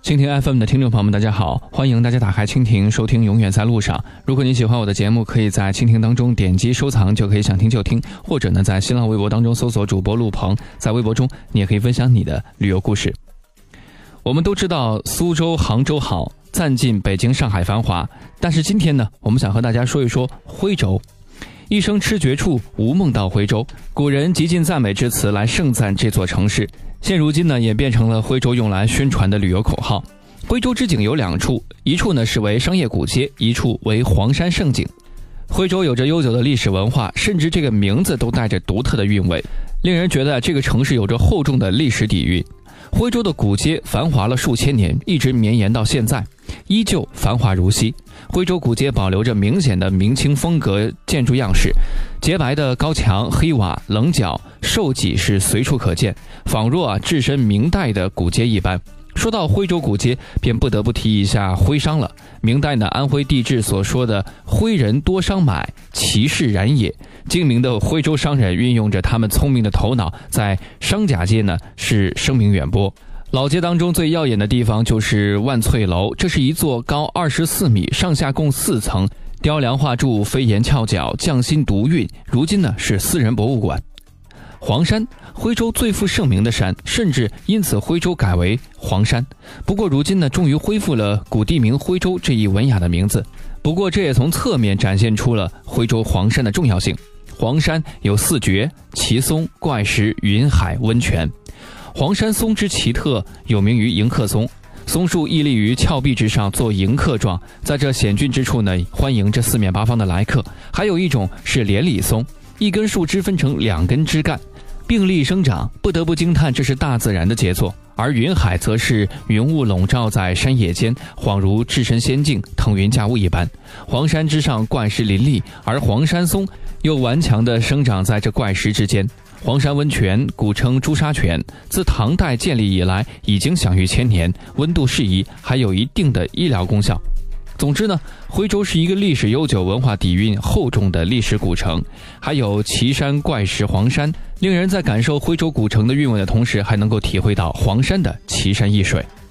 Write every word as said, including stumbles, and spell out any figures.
蜻蜓 F M 的听众朋友们，大家好，欢迎大家打开蜻蜓收听《永远在路上》。如果你喜欢我的节目，可以在蜻蜓当中点击收藏，就可以想听就听，或者呢，在新浪微博当中搜索主播陆鹏，在微博中你也可以分享你的旅游故事。我们都知道苏州、杭州好，赞尽北京、上海繁华，但是今天呢，我们想和大家说一说徽州。一生吃绝处，无梦到徽州。古人极尽赞美之词来盛赞这座城市，现如今呢，也变成了徽州用来宣传的旅游口号。徽州之景有两处，一处呢是为商业古街，一处为黄山胜景。徽州有着悠久的历史文化，甚至这个名字都带着独特的韵味，令人觉得这个城市有着厚重的历史底蕴。徽州的古街繁华了数千年，一直绵延到现在，依旧繁华如昔。徽州古街保留着明显的明清风格建筑样式，洁白的高墙、黑瓦、棱角、兽脊是随处可见，仿若啊置身明代的古街一般。说到徽州古街，便不得不提一下徽商了。明代呢，安徽帝制所说的徽人多商买，其事然也。精明的徽州商人运用着他们聪明的头脑，在商贾界呢是声名远播。老街当中最耀眼的地方就是万翠楼，这是一座高二十四米，上下共四层，雕梁画柱，飞檐翘角，匠心独运，如今呢是私人博物馆。黄山，徽州最负盛名的山，甚至因此徽州改为黄山。不过如今呢，终于恢复了古地名徽州这一文雅的名字。不过这也从侧面展现出了徽州黄山的重要性。黄山有四绝：奇松、怪石、云海、温泉。黄山松之奇特，有名于迎客松。松树屹立于峭壁之上，做迎客状，在这险峻之处呢，欢迎着四面八方的来客。还有一种是连理松，一根树枝分成两根枝干，并立生长，不得不惊叹这是大自然的杰作。而云海则是云雾笼罩在山野间，恍如置身仙境，腾云驾雾一般。黄山之上怪石林立，而黄山松又顽强地生长在这怪石之间。黄山温泉古称朱砂泉，自唐代建立以来已经享誉千年，温度适宜，还有一定的医疗功效。总之呢，徽州是一个历史悠久、文化底蕴厚重的历史古城，还有奇山怪石黄山，令人在感受徽州古城的韵味的同时，还能够体会到黄山的奇山异水。